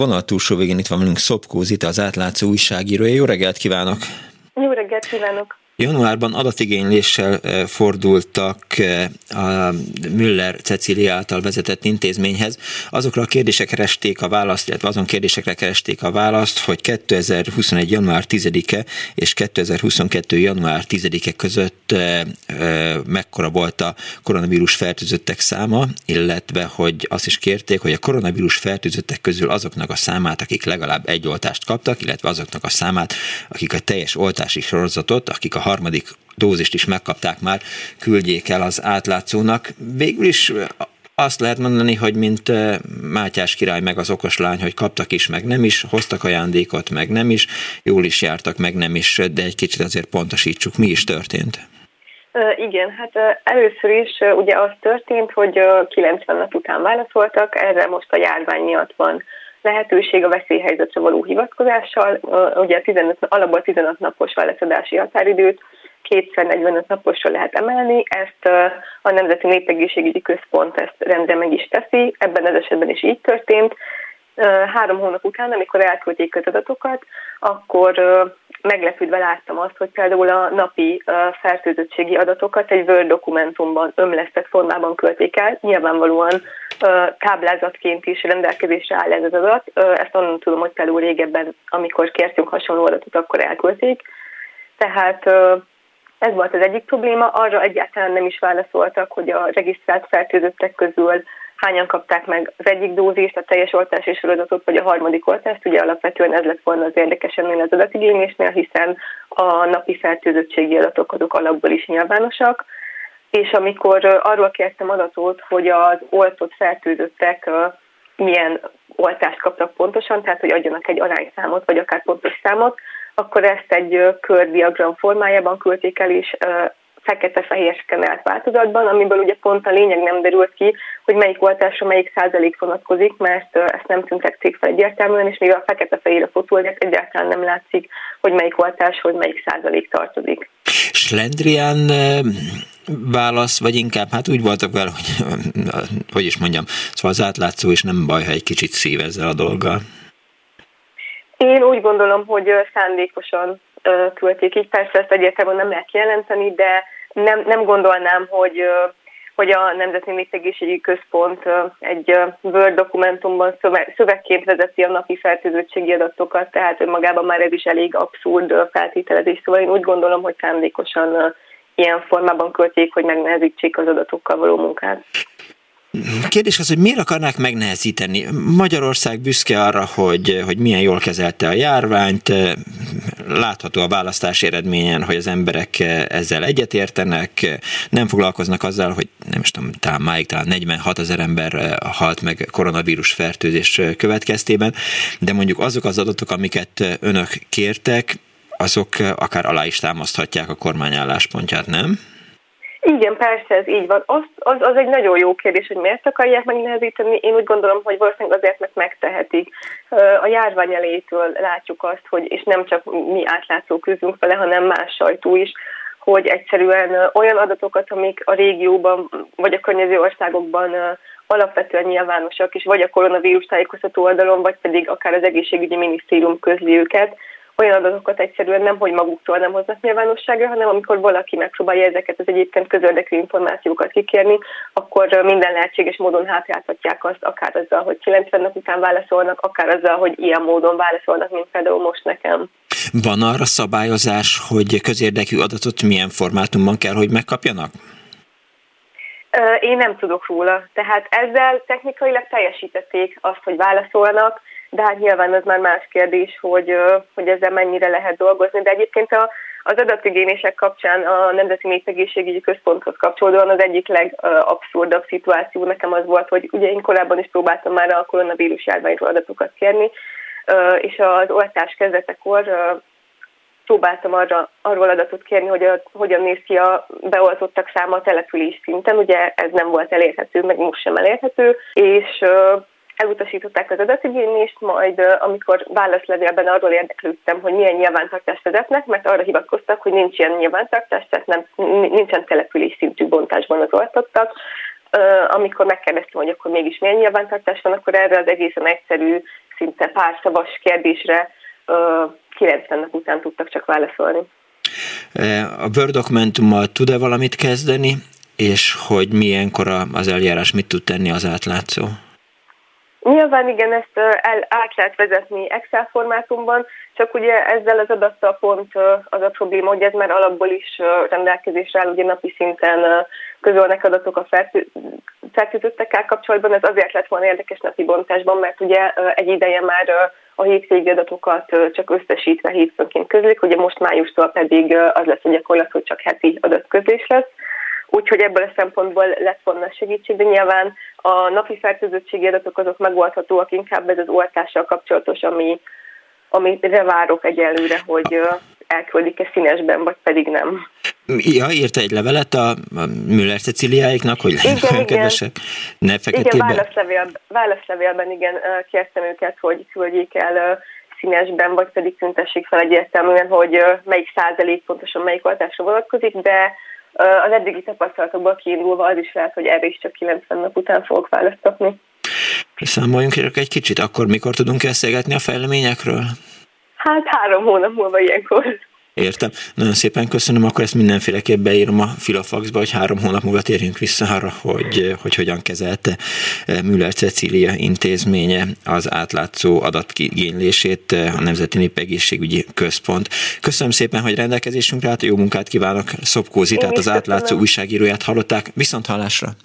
Vonal túlsó végén itt van velünk Szopkó Zita, az Átlátszó újságírója. Jó reggelt kívánok! Jó reggelt kívánok! Januárban adatigényléssel fordultak a Müller Cecília által vezetett intézményhez. Azokra a kérdésekre keresték a választ, illetve azon kérdésekre keresték a választ, hogy 2021. január 10-e és 2022. január 10-e között mekkora volt a koronavírus fertőzöttek száma, illetve hogy azt is kérték, hogy a koronavírus fertőzöttek közül azoknak a számát, akik legalább egy oltást kaptak, illetve azoknak a számát, akik a teljes oltási sorozatot, akik a harmadik dózist is megkapták már, küldjék el az Átlátszónak. Végül is azt lehet mondani, hogy mint Mátyás király meg az okos lány, hogy kaptak is, meg nem is, hoztak ajándékot, meg nem is, jól is jártak, meg nem is, de egy kicsit azért pontosítsuk, mi is történt. Igen, hát először is ugye az történt, hogy 90 nap után válaszoltak, erre most a járvány miatt van lehetőség a veszélyhelyzetre való hivatkozással. Ugye alapból 15 napos válaszadási határidőt 245 naposra lehet emelni, ezt a Nemzeti Népegészségügyi Központ ezt rendre meg is teszi, ebben az esetben is így történt. 3 hónap után, amikor elküldték az adatokat, akkor meglepődve láttam azt, hogy például a napi fertőzöttségi adatokat egy Word dokumentumban, ömlesztett formában küldték el, nyilvánvalóan táblázatként is rendelkezésre áll ez az adat. Ezt onnan tudom, hogy például régebben, amikor kértünk hasonló adatot, akkor elküldték. Tehát ez volt az egyik probléma, arra egyáltalán nem is válaszoltak, hogy a regisztrált fertőzöttek közül hányan kapták meg az egyik dózist, a teljes oltási sorozatot, vagy a harmadik oltást. Ugye alapvetően ez lett volna az érdekes ennél az adatigénylésnél, hiszen a napi fertőzöttségi adatok azok alapból is nyilvánosak. És amikor arról kértem adatot, hogy az oltott fertőzöttek milyen oltást kaptak pontosan, tehát hogy adjanak egy arányszámot, vagy akár pontos számot, akkor ezt egy kördiagram formájában küldték el, és fekete-fehér szkennelt változatban, amiből ugye pont a lényeg nem derült ki, hogy melyik oltásra melyik százalék vonatkozik, mert ezt nem tüntették fel egyértelműen, és még a fekete-fehér a fotó egyáltalán nem látszik, hogy melyik oltáshoz melyik százalék tartozik. Slendrián válasz, vagy inkább hát úgy voltak vele, hogy is mondjam, szóval az Átlátszó is nem baj, ha egy kicsit szív ezzel a dolggal. Én úgy gondolom, hogy szándékosan küldték így, persze ezt egyértelműen nem lehet kijelenteni, de nem gondolnám, hogy a Nemzeti Népegészségügyi Központ egy Word dokumentumban szövegként vezeti a napi fertőzöttségi adatokat, tehát önmagában már ez is elég abszurd feltételezés, szóval én úgy gondolom, hogy szándékosan ilyen formában küldték, hogy megnehezítsék az adatokkal való munkát. Kérdés az, hogy miért akarnák megnehezíteni? Magyarország büszke arra, hogy milyen jól kezelte a járványt, látható a választási eredményen, hogy az emberek ezzel egyetértenek, nem foglalkoznak azzal, hogy nem tudom, talán 46 000 ember halt meg koronavírus fertőzés következtében, de mondjuk azok az adatok, amiket önök kértek, azok akár alá is támaszthatják a kormány álláspontját, nem? Igen, persze, ez így van. Az egy nagyon jó kérdés, hogy miért akarják megnehezíteni. Én úgy gondolom, hogy valószínűleg azért, mert megtehetik. A járvány elejétől látjuk azt, hogy, és nem csak mi Átlátszók küzdünk vele, hanem más sajtó is, hogy egyszerűen olyan adatokat, amik a régióban vagy a környező országokban alapvetően nyilvánosak, és vagy a koronavírus tájékoztató oldalon, vagy pedig akár az egészségügyi minisztérium közli őket, olyan adatokat egyszerűen nem, hogy maguktól nem hoznak nyilvánosságra, hanem amikor valaki megpróbálja ezeket az egyébként közérdekű információkat kikérni, akkor minden lehetséges módon hátráltatják azt, akár azzal, hogy 90 nap után válaszolnak, akár azzal, hogy ilyen módon válaszolnak, mint például most nekem. Van arra szabályozás, hogy közérdekű adatot milyen formátumban kell, hogy megkapjanak? Én nem tudok róla. Tehát ezzel technikailag teljesítették azt, hogy válaszolnak, de hát nyilván az már más kérdés, hogy ezzel mennyire lehet dolgozni. De egyébként az adatigénylések kapcsán a Nemzeti Népegészségügyi Központhoz kapcsolódóan az egyik legabszurdabb szituáció nekem az volt, hogy ugye én korábban is próbáltam már a koronavírus járványról adatokat kérni, és az oltás kezdetekor próbáltam arról adatot kérni, hogy hogyan néz ki a beoltottak száma a település szinten. Ugye ez nem volt elérhető, meg most sem elérhető, és elutasították az adatigénylést, majd amikor válaszlevélben arról érdeklődtem, hogy milyen nyilvántartást vezetnek, mert arra hivatkoztak, hogy nincs ilyen nyilvántartás, tehát nincsen település szintű bontásban az oltottak. Amikor megkérdeztem, hogy akkor mégis milyen nyilvántartás van, akkor erre az egészen egyszerű, szinte pár szavas kérdésre 90 nap után tudtak csak válaszolni. A Word dokumentummal tud-e valamit kezdeni, és hogy milyenkor az eljárás mit tud tenni az átlátszó? Nyilván igen, ezt át lehet vezetni Excel formátumban, csak ugye ezzel az adattal pont az a probléma, hogy ez már alapból is rendelkezésre áll, ugye napi szinten közölnek adatok a fertőzöttekkel kapcsolatban. Ez azért lett volna érdekes napi bontásban, mert ugye egy ideje már a hétvégi adatokat csak összesítve hétfőnként közlik, ugye most májustól pedig az lesz a gyakorlat, hogy csak heti adatközlés lesz. Úgyhogy ebből a szempontból lett volna segítség, de nyilván a napi fertőzöttségi adatok azok megoldhatóak, inkább ez az oltással kapcsolatos, amire várok egyelőre, hogy elküldik-e színesben, vagy pedig nem. Ja, írta egy levelet a Müller Ceciliáiknak, hogy legyen kedvesek, ne feketében? Igen, válaszlevélben igen, kértem őket, hogy küldjék el színesben, vagy pedig tüntessék fel egyértelműen, hogy melyik százalék pontosan melyik oltásra vonatkozik, de az eddigi tapasztalatokból kiindulva az is lehet, hogy erre is csak 90 nap után fogok választ kapni. Számoljunk egy kicsit, akkor mikor tudunk beszélgetni a fejleményekről? Hát 3 hónap múlva ilyenkor. Értem. Nagyon szépen köszönöm, akkor ezt mindenféleképp beírom a Filofaxba, hogy 3 hónap múlva térjünk vissza arra, hogy hogyan kezelte Müller Cecília intézménye az átlátszó adatkigénylését, a Nemzeti Népegészségügyi Központ. Köszönöm szépen, hogy rendelkezésünkre állt, jó munkát kívánok. Szopkó Zitát, az átlátszó újságíróját hallották. Viszonthallásra!